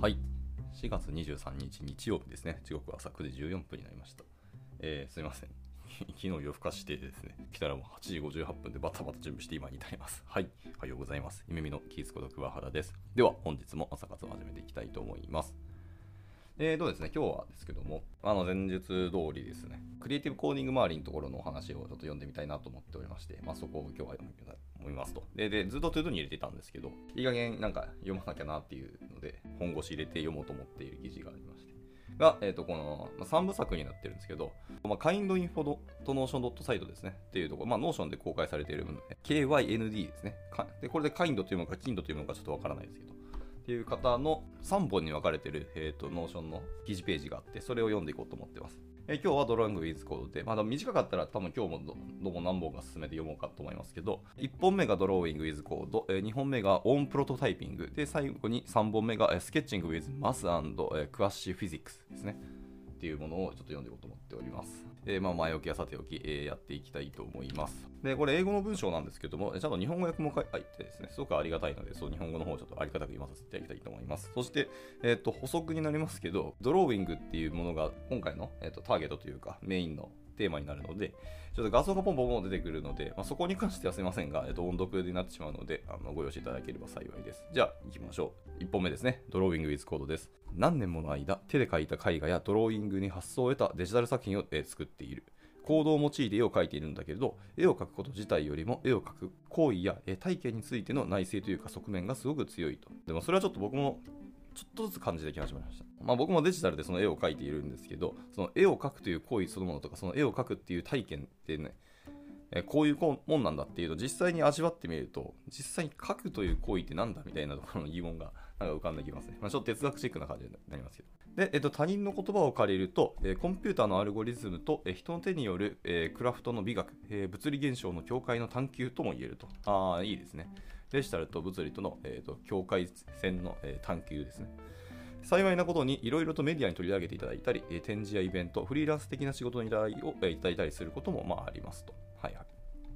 はい。4月23日日曜日ですね。時刻は朝9時14分になりました。すいません。昨日夜更かしてですね、来たらもう8時58分でバタバタ準備して今に至ります。はい。おはようございます。夢見のキースこと桑原です。では本日も朝活を始めていきたいと思います。ですね、今日はですけども、前述通りですね、クリエイティブコーディング周りのところのお話をちょっと読んでみたいなと思っておりまして、そこを今日は読みたいと思いますと。で、ずっとトゥードに入れてたんですけど、いい加減なんか読まなきゃなっていうので、本腰入れて読もうと思っている記事がありまして。この、3部作になってるんですけど、カインドインフォとノーションドットサイトですね。っていうところ、ノーションで公開されているもので、KYND ですね。で、これでカインドというのか、キンドというのかちょっとわからないですけど、っていう方の3本に分かれている、ノーションの記事ページがあって、それを読んでいこうと思ってます。今日はドローイングウィズコードで、短かったら多分今日もどうも何本か進めて読もうかと思いますけど、1本目がドローイングウィズコード、2本目がオンプロトタイピング、で、最後に3本目がスケッチングウィズマス&クワッシュフィジックスですね。っていうものをちょっと読んでいこうと思っております。前置きはさておき、やっていきたいと思います。で、これ英語の文章なんですけども、ちゃんと日本語訳も書いてですね、すごくありがたいので、日本語の方をちょっとありがたく読ませていただきたいと思います。そして、補足になりますけど、ドローイングっていうものが今回の、ターゲットというかメインのテーマになるので、ちょっと画像がポンポンポン出てくるので、そこに関してはすいませんが、音読になってしまうので、ご容赦いただければ幸いです。じゃあ、行きましょう。1本目ですね。ドローイングウィズコードです。何年もの間、手で描いた絵画やドローイングに発想を得たデジタル作品を作っている。コードを用いて絵を描いているんだけれど、絵を描くこと自体よりも絵を描く行為や体験についての内省というか側面がすごく強いと。でもそれはちょっと僕もちょっとずつ感じてき始めました。僕もデジタルでその絵を描いているんですけど、その絵を描くという行為そのものとか、その絵を描くっていう体験ってね、こういうもんなんだっていうのを実際に味わってみると、実際に描くという行為ってなんだみたいなところの疑問がなんか浮かんできますね。ちょっと哲学チックな感じになりますけど。で、他人の言葉を借りると、コンピューターのアルゴリズムと、人の手による、クラフトの美学、物理現象の境界の探求とも言えると。いいですね。デジタルと物理との、境界線の、探求ですね。幸いなことにいろいろとメディアに取り上げていただいたり、展示やイベント、フリーランス的な仕事の依頼をいただいたりすることもありますと。はいはい。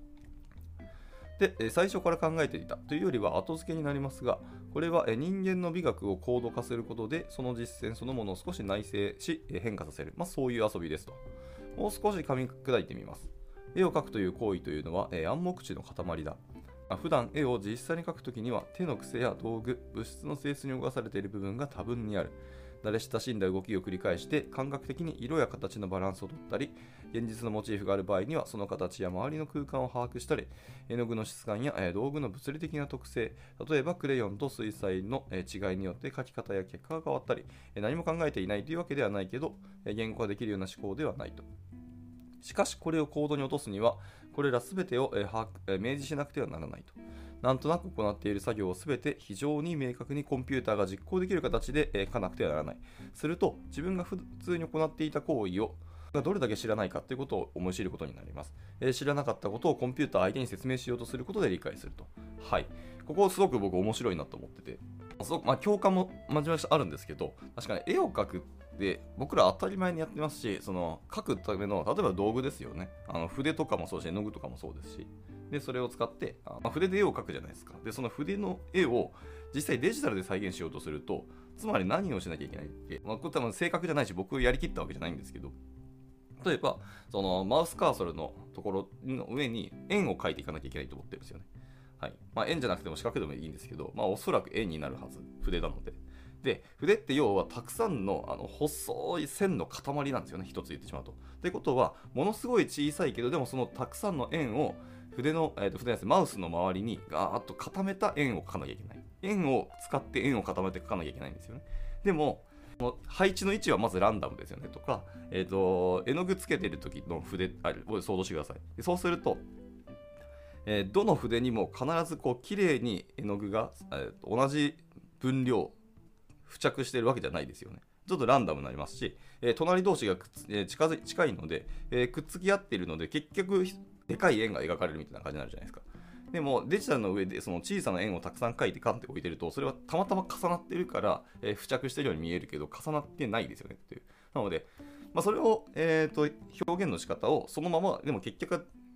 で、最初から考えていたというよりは後付けになりますが、これは人間の美学を高度化することで、その実践そのものを少し内省し、変化させる。そういう遊びですと。もう少し噛み砕いてみます。絵を描くという行為というのは、暗黙知の塊だ。普段絵を実際に描くときには手の癖や道具、物質の性質に動かされている部分が多分にある。慣れ親しんだ動きを繰り返して感覚的に色や形のバランスをとったり、現実のモチーフがある場合にはその形や周りの空間を把握したり、絵の具の質感や道具の物理的な特性、例えばクレヨンと水彩の違いによって描き方や結果が変わったり、何も考えていないというわけではないけど、言語化できるような思考ではないと。しかしこれをコードに落とすには、これらすべてを明示しなくてはならないと。なんとなく行っている作業をすべて非常に明確にコンピューターが実行できる形で書かなくてはならない。すると、自分が普通に行っていた行為をどれだけ知らないかということを思い知ることになります。知らなかったことをコンピューター相手に説明しようとすることで理解すると。はい。ここすごく僕面白いなと思ってて、すごく共感も真面目にあるんですけど、確かに絵を描くで僕ら当たり前にやってますし、描くための例えば道具ですよね。筆とかもそうし、絵の具とかもそうですし、でそれを使って筆で絵を描くじゃないですか。でその筆の絵を実際デジタルで再現しようとすると、つまり何をしなきゃいけないって、これ多分正確じゃないし、僕やりきったわけじゃないんですけど、例えばそのマウスカーソルのところの上に円を描いていかなきゃいけないと思ってるんですよね。はい。円じゃなくても四角でもいいんですけど、おそらく円になるはず、筆なので。で、筆って要はたくさんの細い線の塊なんですよね、一つ言ってしまうと。ってことは、ものすごい小さいけど、でもそのたくさんの円を筆の、マウスの周りにガーッと固めた円を描かなきゃいけない。円を使って円を固めて描かなきゃいけないんですよね。でも、配置の位置はまずランダムですよねとか、絵の具つけてる時の筆を想像してください。そうすると、どの筆にも必ず綺麗に絵の具が、同じ分量付着しているわけじゃないですよね。ちょっとランダムになりますし、隣同士が近いので、くっつき合っているので、結局でかい円が描かれるみたいな感じになるじゃないですか。でもデジタルの上でその小さな円をたくさん描いてカンって置いてると、それはたまたま重なってるから、付着してるように見えるけど重なってないですよねっていう。なので、それを、表現の仕方をそのままでも結局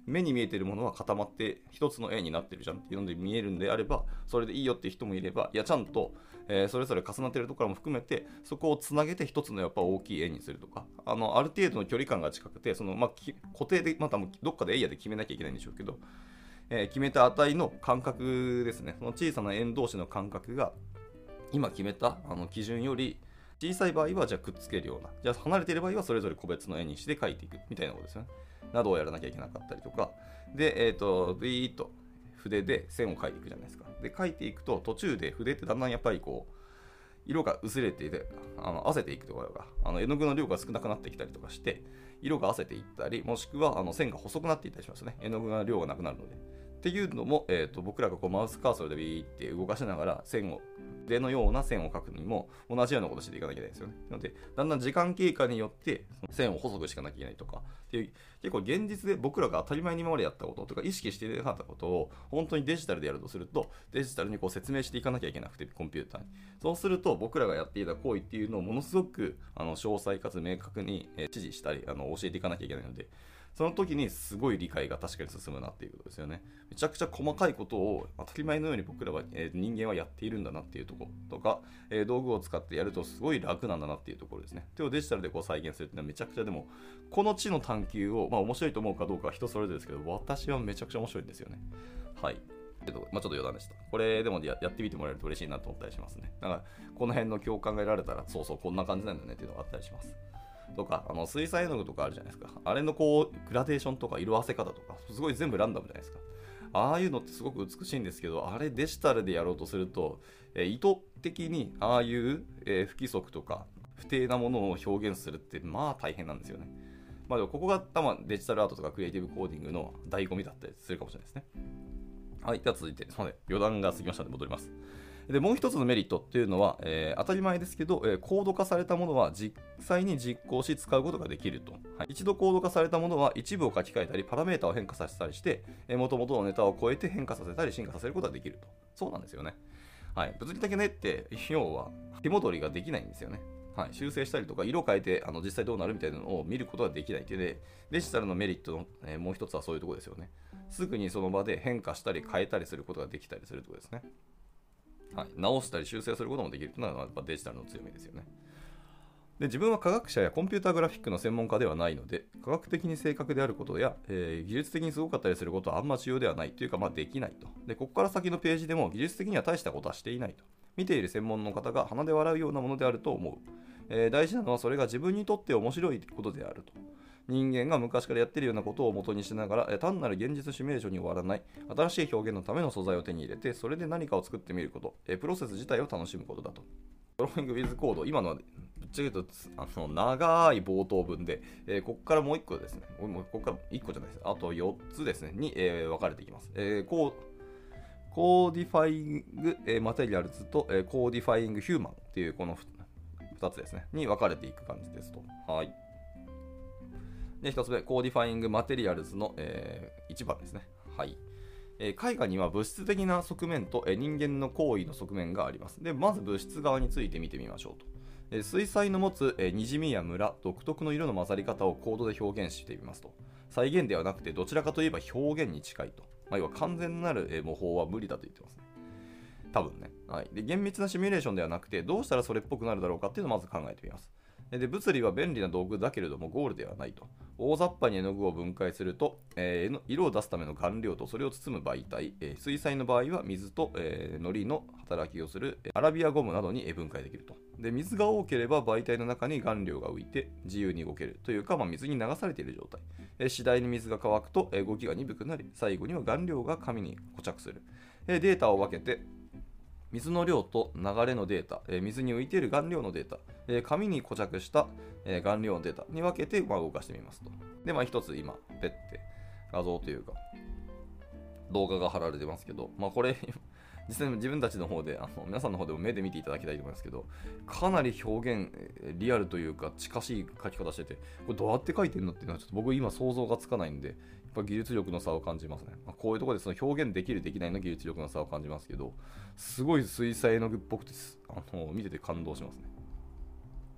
目に見えてるものは固まって一つの円になってるじゃんっていうので見えるんであれば、それでいいよっていう人もいれば、いやちゃんと、それぞれ重なってるところも含めてそこをつなげて一つのやっぱ大きい円にするとか、ある程度の距離感が近くて、固定でまたどっかでエリアで決めなきゃいけないんでしょうけど、決めた値の間隔ですね、その小さな円同士の間隔が今決めた基準より小さい場合はじゃあくっつけるような、じゃあ離れている場合はそれぞれ個別の円にして書いていくみたいなことですよね。などをやらなきゃいけなかったりとかで、ビーッと筆で線を描いていくじゃないですか。で描いていくと途中で筆ってだんだんやっぱりこう色が薄れていて褪せていくところが絵の具の量が少なくなってきたりとかして色が褪せていったり、もしくは線が細くなっていったりしますね。絵の具の量がなくなるのでっていうのも、僕らがこうマウスカーソルでビーって動かしながら筆のような線を描くにも同じようなことしていかなきゃいけないんですよね。なのでだんだん時間経過によって線を細くしていかなきゃいけないとかっていう、結構現実で僕らが当たり前に今までやったこととか意識していなかったことを本当にデジタルでやるとすると、デジタルにこう説明していかなきゃいけなくて、コンピューターにそうすると僕らがやっていた行為っていうのをものすごく詳細かつ明確に指示したり教えていかなきゃいけないので、その時にすごい理解が確かに進むなっていうことですよね。めちゃくちゃ細かいことを当たり前のように僕らは、人間はやっているんだなっていうところとか、道具を使ってやるとすごい楽なんだなっていうところですね。でもデジタルでこう再現するっていうのはめちゃくちゃ、でもこの知の探求を、面白いと思うかどうかは人それぞれですけど、私はめちゃくちゃ面白いんですよね。はい。ちょっと余談でした。これでもやってみてもらえると嬉しいなと思ったりしますね。だからこの辺の共感が得られたら、そうそうこんな感じなんだよねっていうのがあったりします。とか水彩絵の具とかあるじゃないですか。あれのこうグラデーションとか色あせ方とかすごい全部ランダムじゃないですか。ああいうのってすごく美しいんですけど、あれデジタルでやろうとすると、意図的にああいう、不規則とか不定なものを表現するって大変なんですよね。でもここがデジタルアートとかクリエイティブコーディングの醍醐味だったりするかもしれないですね。はい、では続いて、余談が過ぎましたので戻ります。でもう一つのメリットっていうのは、当たり前ですけど、コード化されたものは実際に実行し使うことができると。はい、一度コード化されたものは一部を書き換えたりパラメータを変化させたりして、元々のネタを超えて変化させたり進化させることができると。そうなんですよね。はい、物理的な絵って要は手戻りができないんですよね。はい、修正したりとか色変えて実際どうなるみたいなのを見ることができないというで、デジタルのメリットの、もう一つはそういうところですよね。すぐにその場で変化したり変えたりすることができたりするところですね。はい、直したり修正することもできるというのはやっぱデジタルの強みですよね。で、自分は科学者やコンピューターグラフィックの専門家ではないので、科学的に正確であることや、技術的にすごかったりすることはあんま重要ではないというか、できないと。で、ここから先のページでも技術的には大したことはしていないと。見ている専門の方が鼻で笑うようなものであると思う。大事なのはそれが自分にとって面白いことであると。人間が昔からやっているようなことを元にしながら、単なる現実シミュレーションに終わらない、新しい表現のための素材を手に入れて、それで何かを作ってみること、プロセス自体を楽しむことだと。ドローイングウィズコード、今のはぶっちゃけ言うと長い冒頭文で、ここからもう1個ですね、ここから1個じゃないです、あと4つですね、に、分かれていきます。コーディファイング、マテリアルズと、コーディファイングヒューマンっていうこの2つですね、に分かれていく感じですと。はい。で、1つ目、コーディファイングマテリアルズの、1番ですね。はい。絵画には物質的な側面と、人間の行為の側面があります。で、まず物質側について見てみましょうと。水彩の持つ、にじみやムラ、独特の色の混ざり方をコードで表現してみますと。再現ではなくて、どちらかといえば表現に近いと。要は完全なる、模倣は無理だと言ってますね。多分ね。はい。で、厳密なシミュレーションではなくて、どうしたらそれっぽくなるだろうかっていうのをまず考えてみます。で、物理は便利な道具だけれどもゴールではないと。大雑把に絵の具を分解すると、色を出すための顔料とそれを包む媒体、水彩の場合は水と、糊の働きをするアラビアゴムなどに分解できると。で、水が多ければ媒体の中に顔料が浮いて自由に動けるというか、水に流されている状態。次第に水が乾くと、動きが鈍くなり、最後には顔料が紙に固着する。データを分けて水の量と流れのデータ、水に浮いている顔料のデータ、紙に固着した、顔料のデータに分けて、動かしてみますと。で、一つ今、ペッて画像というか、動画が貼られてますけど、これ、実際に自分たちの方で、皆さんの方でも目で見ていただきたいと思いますけど、かなり表現、リアルというか、近しい描き方してて、これどうやって描いてるのっていうのは、ちょっと僕今想像がつかないんで、やっぱ技術力の差を感じますね。こういうところでその表現できるできないの技術力の差を感じますけど、すごい水彩絵の具っぽくて見てて感動しますね。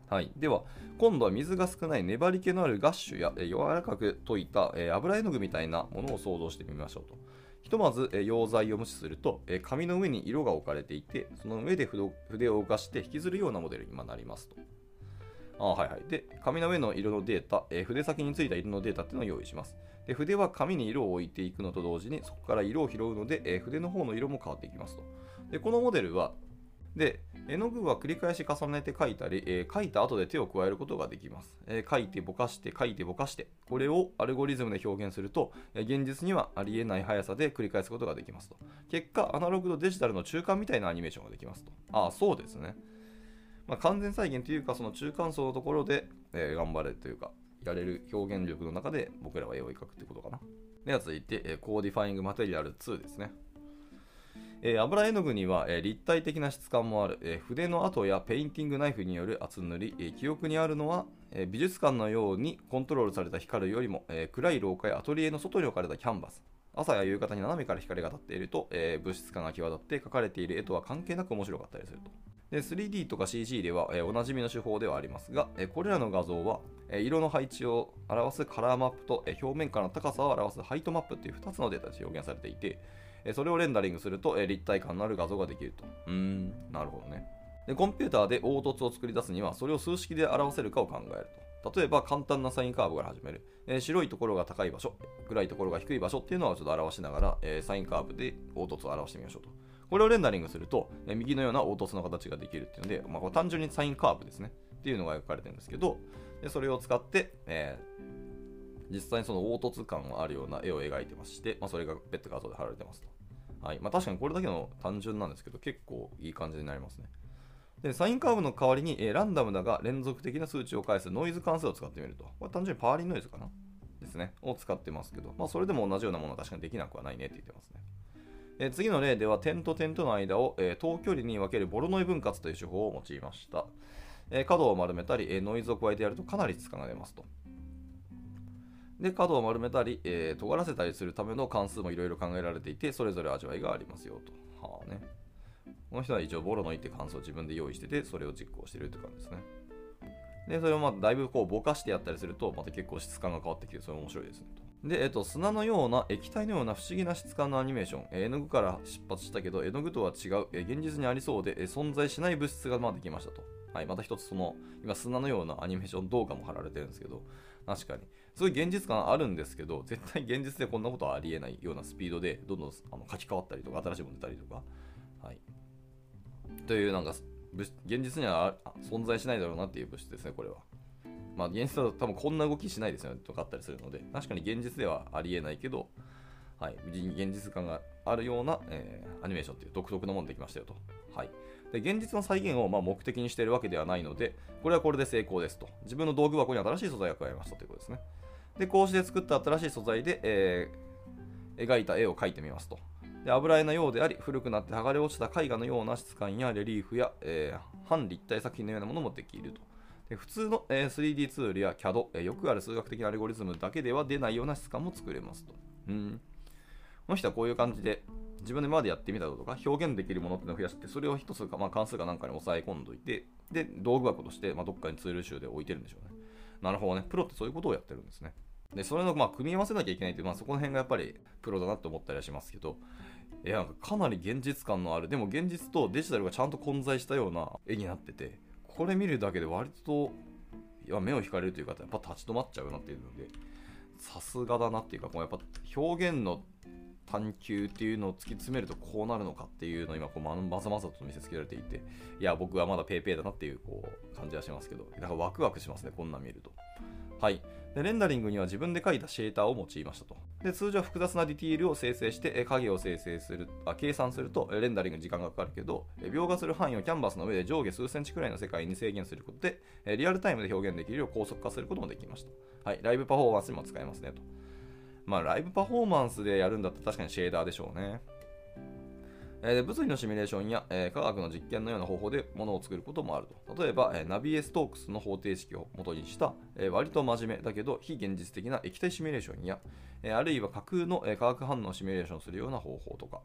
はい、では今度は水が少ない粘り気のあるガッシュや柔らかく溶いた油絵の具みたいなものを想像してみましょうと。ひとまず溶剤を無視すると紙の上に色が置かれていて、その上で筆を動かして引きずるようなモデルに今なりますと。はいはい。で、紙の上の色のデータ、筆先についた色のデータっていうのを用意します。で、筆は紙に色を置いていくのと同時に、そこから色を拾うので、筆の方の色も変わっていきますと。で、このモデルは、絵の具は繰り返し重ねて描いたり、描いた後で手を加えることができます。描いてぼかして、描いてぼかして、これをアルゴリズムで表現すると、現実にはありえない速さで繰り返すことができますと。結果、アナログとデジタルの中間みたいなアニメーションができますと。そうですね。完全再現というか、その中間層のところで、頑張れというか、やれる表現力の中で僕らは絵を描くってことかな。では続いて、コーディファイングマテリアル2ですね。油絵の具には、立体的な質感もある、筆の跡やペインティングナイフによる厚塗り、記憶にあるのは、美術館のようにコントロールされた光るよりも、暗い廊下やアトリエの外に置かれたキャンバス。朝や夕方に斜めから光が当たっていると、物質感が際立って描かれている絵とは関係なく面白かったりすると。で 3D とか CG では、おなじみの手法ではありますが、これらの画像は、色の配置を表すカラーマップと、表面からの高さを表すハイトマップという2つのデータで表現されていて、それをレンダリングすると、立体感のある画像ができると。なるほどね。でコンピューターで凹凸を作り出すには、それを数式で表せるかを考えると。例えば簡単なサインカーブから始める、白いところが高い場所、暗いところが低い場所っていうのをちょっと表しながら、サインカーブで凹凸を表してみましょうと。これをレンダリングすると、右のような凹凸の形ができるっていうので、これ単純にサインカーブですねっていうのが描かれてるんですけど、それを使って、実際にその凹凸感があるような絵を描いてまして、それが別途画像で貼られてますと。確かにこれだけの単純なんですけど、結構いい感じになりますね。でサインカーブの代わりに、ランダムだが連続的な数値を返すノイズ関数を使ってみると。これ単純にパーリンノイズかなですね。を使ってますけど、それでも同じようなものは確かにできなくはないねって言ってますね。次の例では点と点との間を、等距離に分けるボロノイ分割という手法を用いました。角を丸めたり、ノイズを加えてやるとかなり質感が出ますと。で角を丸めたり、尖らせたりするための関数もいろいろ考えられていて、それぞれ味わいがありますよと。この人は一応ボロノイって関数を自分で用意してて、それを実行しているという感じですね。でそれをだいぶぼかしてやったりすると、また結構質感が変わってきて、それ面白いですねと。で、砂のような液体のような不思議な質感のアニメーション、絵の具から出発したけど絵の具とは違う、現実にありそうで、存在しない物質ができましたと。また一つ今砂のようなアニメーション動画も貼られてるんですけど、確かにすごい現実感あるんですけど、絶対現実でこんなことはありえないようなスピードでどんどん書き換わったりとか、新しいもの出たりとか、という現実には存在しないだろうなっていう物質ですね、これは。現実だと多分こんな動きしないですよねとかあったりするので、確かに現実ではありえないけど、現実感があるような、アニメーションっていう独特なものできましたよと。で現実の再現を目的にしているわけではないので、これはこれで成功ですと。自分の道具箱に新しい素材を加えましたということですね。でこうして作った新しい素材で、描いた絵を描いてみますと。で油絵のようであり、古くなって剥がれ落ちた絵画のような質感やレリーフや、半立体作品のようなものもできると。で普通の、3D ツールや CAD、よくある数学的なアルゴリズムだけでは出ないような質感も作れますと。この人はこういう感じで自分で今までやってみたこととか表現できるものっていうのを増やして、それを一つか、関数かなんかに抑え込んどいて、で道具箱として、どっかにツール集で置いてるんでしょうね。なるほどね。プロってそういうことをやってるんですね。でそれの組み合わせなきゃいけないっていう、そこの辺がやっぱりプロだなって思ったりはしますけど、かなり現実感のある、でも現実とデジタルがちゃんと混在したような絵になってて、これ見るだけで割と目を引かれるというか、やっぱ立ち止まっちゃうなっていうので、さすがだなっていうか、やっぱ表現の探求っていうのを突き詰めるとこうなるのかっていうのを今まざまざと見せつけられていて、僕はまだペーペーだなっていう感じはしますけど、だからワクワクしますね、こんなん見ると。でレンダリングには自分で描いたシェーターを用いましたと。で通常複雑なディティールを生成して影を計算するとレンダリングに時間がかかるけど、描画する範囲をキャンバスの上で上下数センチくらいの世界に制限することでリアルタイムで表現できるよう高速化することもできました。ライブパフォーマンスにも使えますねと。ライブパフォーマンスでやるんだったら確かにシェーダーでしょうね。物理のシミュレーションや、科学の実験のような方法でものを作ることもあると。例えば、ナビエ・ストークスの方程式を元にした、割と真面目だけど非現実的な液体シミュレーションや、あるいは架空の、化学反応をシミュレーションするような方法とか。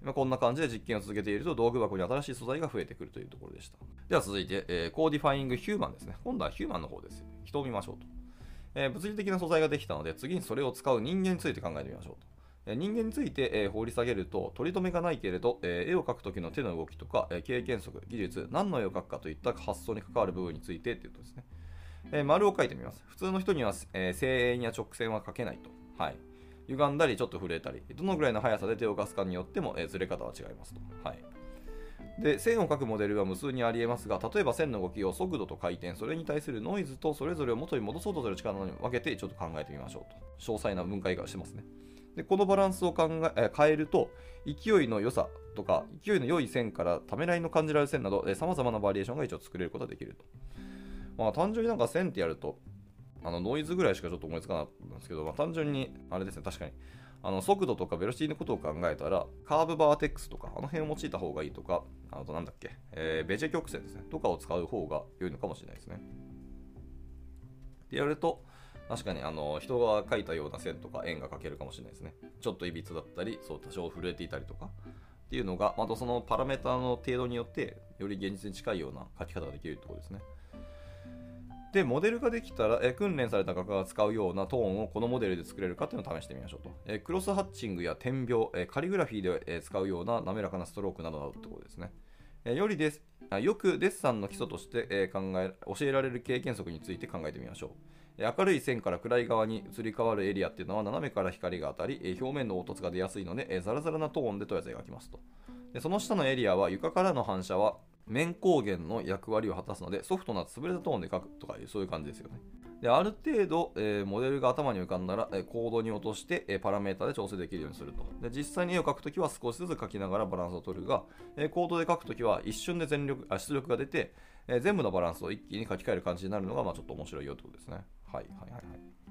こんな感じで実験を続けていると道具箱に新しい素材が増えてくるというところでした。では続いて、コーディファイングヒューマンですね。今度はヒューマンの方です。人を見ましょうと。物理的な素材ができたので、次にそれを使う人間について考えてみましょうと。人間について、掘り下げると、取り留めがないけれど、絵を描くときの手の動きとか、経験則、技術、何の絵を描くかといった発想に関わる部分についてというとですね、丸を描いてみます。普通の人には、正円や直線は描けないと。はい。歪んだりちょっと震えたり、どのぐらいの速さで手を動かすかによっても、ずれ方は違いますと。はい。で、線を描くモデルは無数にありえますが、例えば線の動きを速度と回転、それに対するノイズとそれぞれを元に戻そうとする力に分けてちょっと考えてみましょうと。詳細な分解がしてますね。で、このバランスを変えると、勢いの良さとか、勢いの良い線からためらいの感じられる線など、様々なバリエーションが一応作れることができると。まあ、単純になんか線ってやると、ノイズぐらいしかちょっと思いつかなかったんですけど、単純に、あれですね、確かに。速度とかベロシティのことを考えたら、カーブバーテックスとか、あの辺を用いた方がいいとか、あとなんだっけ、ベジェ曲線ですね、とかを使う方が良いのかもしれないですね。ってやると、確かに人が描いたような線とか円が描けるかもしれないですね。ちょっといびつだったり、多少震えていたりとかっていうのが、またそのパラメータの程度によって、より現実に近いような描き方ができるってことですね。で、モデルができたら、訓練された画家が使うようなトーンをこのモデルで作れるかっていうのを試してみましょうと。クロスハッチングや点描、カリグラフィーで、使うような滑らかなストロークなどなどってことですね。よくデッサンの基礎として、教えられる経験則について考えてみましょう。明るい線から暗い側に移り変わるエリアっていうのは斜めから光が当たり、表面の凹凸が出やすいので、ザラザラなトーンでとりあえず描きますと。で、その下のエリアは床からの反射は面光源の役割を果たすので、ソフトな潰れたトーンで描くとかいう、そういう感じですよね。で、ある程度、モデルが頭に浮かんだら、コードに落として、パラメータで調整できるようにすると。で、実際に絵を描くときは少しずつ描きながらバランスを取るが、コードで描くときは一瞬で出力が出て、全部のバランスを一気に書き換える感じになるのが、ちょっと面白いよってことですね。はいはいはいはい。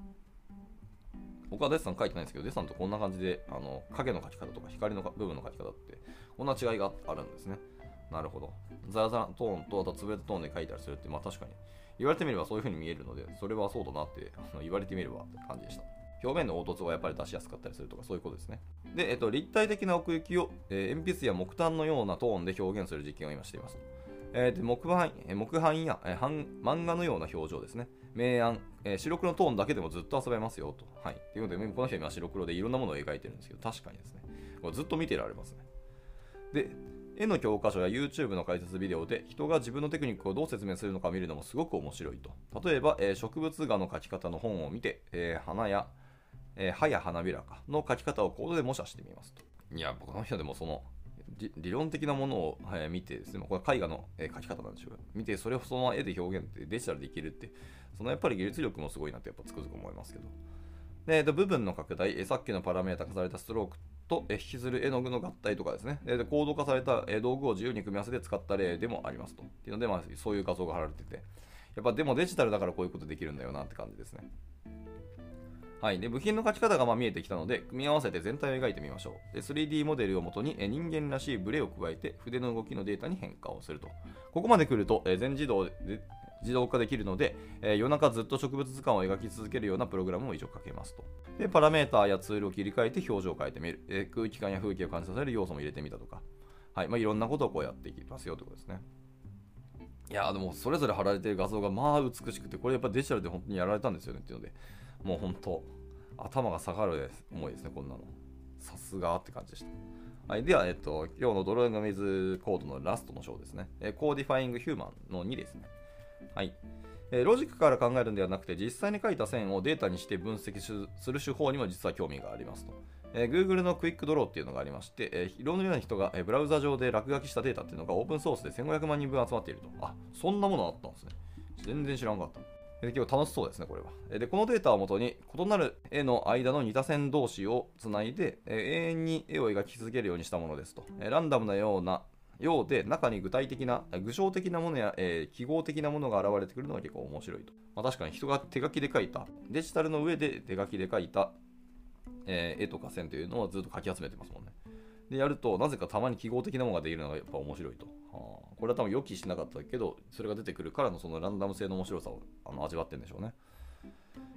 僕はデッサン書いてないんですけど、デッサンとこんな感じで、影の描き方とか光の部分の描き方って、こんな違いがあるんですね。なるほど。ザラザラトーンとあと潰れたトーンで書いたりするって、確かに言われてみればそういう風に見えるので、それはそうだなって言われてみればって感じでした。表面の凹凸はやっぱり出しやすかったりするとかそういうことですね。で、立体的な奥行きを、鉛筆や木炭のようなトーンで表現する実験を今しています。で木版や、漫画のような表情ですね。明暗、白黒のトーンだけでもずっと遊べますよと。はい。ということで、この人は今白黒でいろんなものを描いてるんですけど、確かにですね。これずっと見てられますね。で、絵の教科書や YouTube の解説ビデオで人が自分のテクニックをどう説明するのか見るのもすごく面白いと。例えば、植物画の描き方の本を見て、葉や花びらかの描き方をコードで模写してみますと。いや、僕の人でもその理論的なものを、見てですね、これ絵画の、描き方なんでしょう。見て、それをその絵で表現ってデジタルできるって、そのやっぱり技術力もすごいなってやっぱつくづく思いますけど。で、部分の拡大、さっきのパラメータ化されたストロークと引きずる絵の具の合体とかですね、でコード化された道具を自由に組み合わせて使った例でもありますと。っていうので、そういう画像が貼られてて、やっぱでもデジタルだからこういうことできるんだよなって感じですね。はい。で、部品の描き方が見えてきたので、組み合わせて全体を描いてみましょう。で、3D モデルをもとに人間らしいブレを加えて、筆の動きのデータに変化をすると。ここまで来ると、全自動で自動化できるので、夜中ずっと植物図鑑を描き続けるようなプログラムを一応書けますと。で、パラメーターやツールを切り替えて表情を変えてみる。空気感や風景を感じさせる要素も入れてみたとか。はい。いろんなことをこうやっていきますよということですね。いやーでもそれぞれ貼られている画像が美しくて、これやっぱデジタルで本当にやられたんですよねっていうので、もう本当、頭が下がる思いですね、こんなの。さすがって感じでした。はい。では、今日のドローイングメズコードのラストの章ですね。コーディファイングヒューマンの2ですね。はい。ロジックから考えるのではなくて、実際に書いた線をデータにして分析する手法にも実は興味がありますと。Google のクイックドローっていうのがありまして、いろんな人がブラウザ上で落書きしたデータっていうのがオープンソースで1500万人分集まっていると。あ、そんなものあったんですね。全然知らんかった。結構楽しそうですね、これは。で、このデータをもとに異なる絵の間の似た線同士をつないで、永遠に絵を描き続けるようにしたものですと。ランダムなようで中に具体的な具象的なものや、記号的なものが現れてくるのが結構面白いと。確かに人が手書きで描いた、デジタルの上で手書きで描いた、絵とか線というのをずっと書き集めてますもんね。でやるとなぜかたまに記号的なものができるのがやっぱ面白いと。これは多分予期しなかったけどそれが出てくるからのそのランダム性の面白さを味わってるんでしょうね。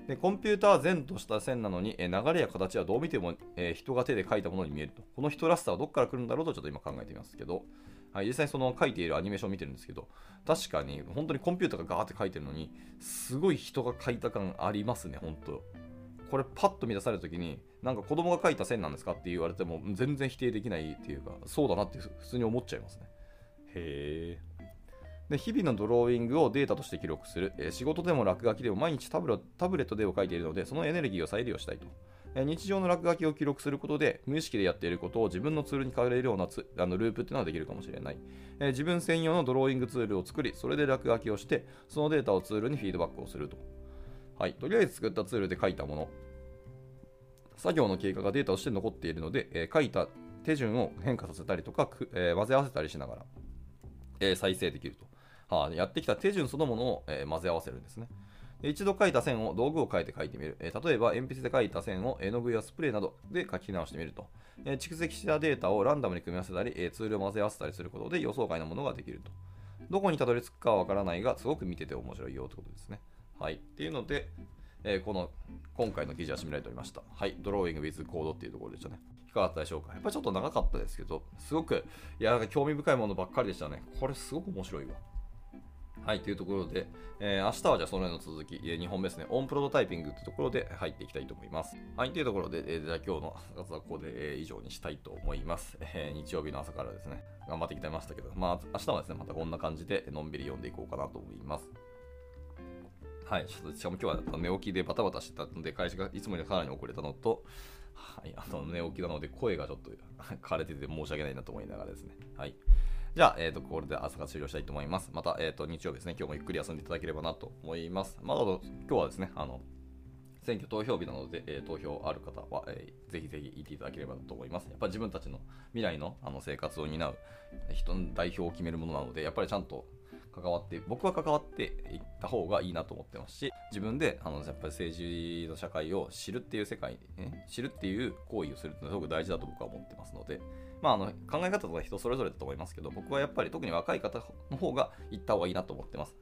でコンピューターは善とした線なのに、流れや形はどう見ても、人が手で描いたものに見えると。この人らしさはどこから来るんだろうとちょっと今考えてみますけど、はい、実際その描いているアニメーションを見てるんですけど、確かに本当にコンピューターがガーって描いてるのに、すごい人が描いた感ありますね、本当。これパッと見出された時に、なんか子供が描いた線なんですかって言われても全然否定できないっていうか、そうだなって普通に思っちゃいますね。へー。で日々のドローイングをデータとして記録する、仕事でも落書きでも毎日タブレットで絵を描いているので、そのエネルギーを再利用したいと。日常の落書きを記録することで無意識でやっていることを自分のツールに変えれるようなループっていうのはできるかもしれない。自分専用のドローイングツールを作り、それで落書きをして、そのデータをツールにフィードバックをすると。はい、とりあえず作ったツールで書いたもの、作業の経過がデータとして残っているので、書いた手順を変化させたりとか、混ぜ合わせたりしながら、再生できると。やってきた手順そのものを、混ぜ合わせるんですね。一度描いた線を道具を変えて描いてみる。例えば鉛筆で描いた線を絵の具やスプレーなどで描き直してみると。蓄積したデータをランダムに組み合わせたり、ツールを混ぜ合わせたりすることで予想外のものができると。どこにたどり着くかはわからないが、すごく見てて面白いよということですね。はい。っていうので、今回の記事は締められておりました。はい。ドローイング with コードっていうところでしたね。いかがだったでしょうか。やっぱりちょっと長かったですけど、すごく、なんか興味深いものばっかりでしたね。これすごく面白いわ。はい、というところで、明日はじゃあその辺の続き、2本目ですね、オンプロトタイピングというところで入っていきたいと思います。はい、というところで、じゃあ今日の活動はここで、以上にしたいと思います。日曜日の朝からですね、頑張ってきてましたけど、明日はですね、またこんな感じでのんびり読んでいこうかなと思います。はい、しかも今日は寝起きでバタバタしてたので、会社がいつもよりかなり遅れたのと、はい、寝起きなので声がちょっと枯れてて申し訳ないなと思いながらですね。はい。じゃあ、これで朝が終了したいと思います。また、日曜日ですね、今日もゆっくり休んでいただければなと思います。今日はですね、選挙投票日なので、投票ある方は、ぜひぜひ行っていただければと思います。やっぱり自分たちの未来の、生活を担う人の代表を決めるものなので、やっぱりちゃんと僕は関わっていった方がいいなと思ってますし、自分でやっぱり政治の社会を知るっていう世界、知るっていう行為をするっていうのはすごく大事だと僕は思ってますので、考え方とか人それぞれだと思いますけど、僕はやっぱり特に若い方の方が行った方がいいなと思ってます。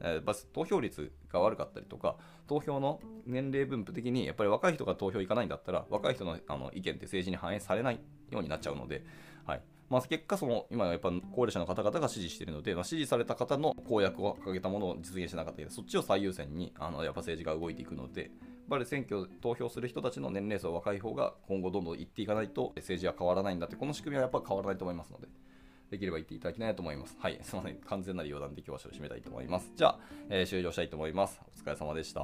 投票率が悪かったりとか、投票の年齢分布的にやっぱり若い人が投票行かないんだったら、若い人の意見って政治に反映されないようになっちゃうので、はい。結果今やっぱ高齢者の方々が支持しているので、支持された方の公約を掲げたものを実現しなかったけど、そっちを最優先にやっぱ政治が動いていくので、やっぱり選挙投票する人たちの年齢層若い方が今後どんどん行っていかないと政治は変わらないんだって、この仕組みはやっぱ変わらないと思いますので、できれば行っていただきたいと思います。はい、すみません、完全なる余談で今日は締めたいと思います。じゃあ、終了したいと思います。お疲れ様でした。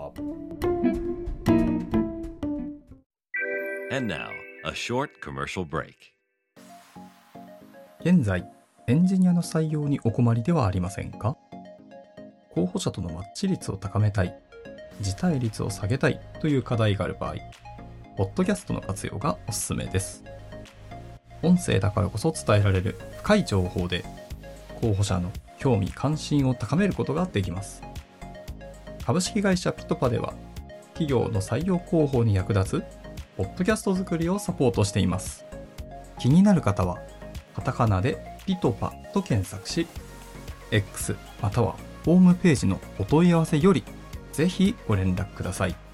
And now, a short commercial break. 現在、エンジニアの採用にお困りではありませんか？候補者とのマッチ率を高めたい、辞退率を下げたいという課題がある場合、ポッドキャストの活用がおすすめです。音声だからこそ伝えられる深い情報で、候補者の興味関心を高めることができます。株式会社ピトパでは、企業の採用広報に役立つポッドキャスト作りをサポートしています。気になる方は、カタカナでピトパと検索し、X またはホームページのお問い合わせよりぜひご連絡ください。